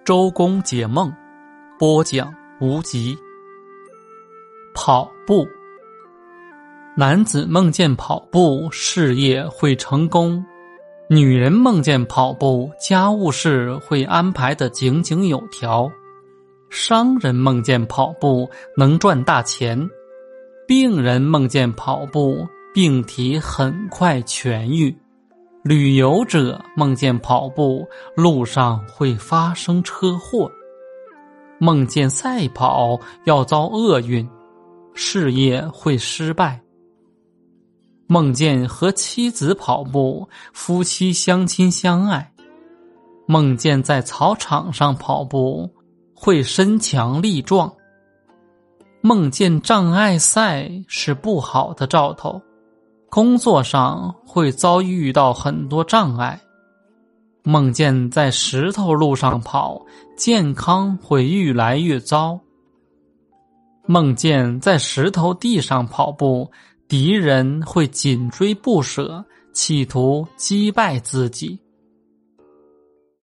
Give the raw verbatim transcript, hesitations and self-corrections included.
周公解梦，播讲无极。跑步，男子梦见跑步，事业会成功；女人梦见跑步，家务事会安排得井井有条；商人梦见跑步，能赚大钱；病人梦见跑步，病体很快痊愈；旅游者梦见跑步，路上会发生车祸；梦见赛跑要遭厄运，事业会失败；梦见和妻子跑步，夫妻相亲相爱；梦见在草场上跑步，会身强力壮；梦见障碍赛是不好的兆头，工作上会遭遇到很多障碍；梦见在石头路上跑，健康会愈来愈糟；梦见在石头地上跑步，敌人会紧追不舍，企图击败自己。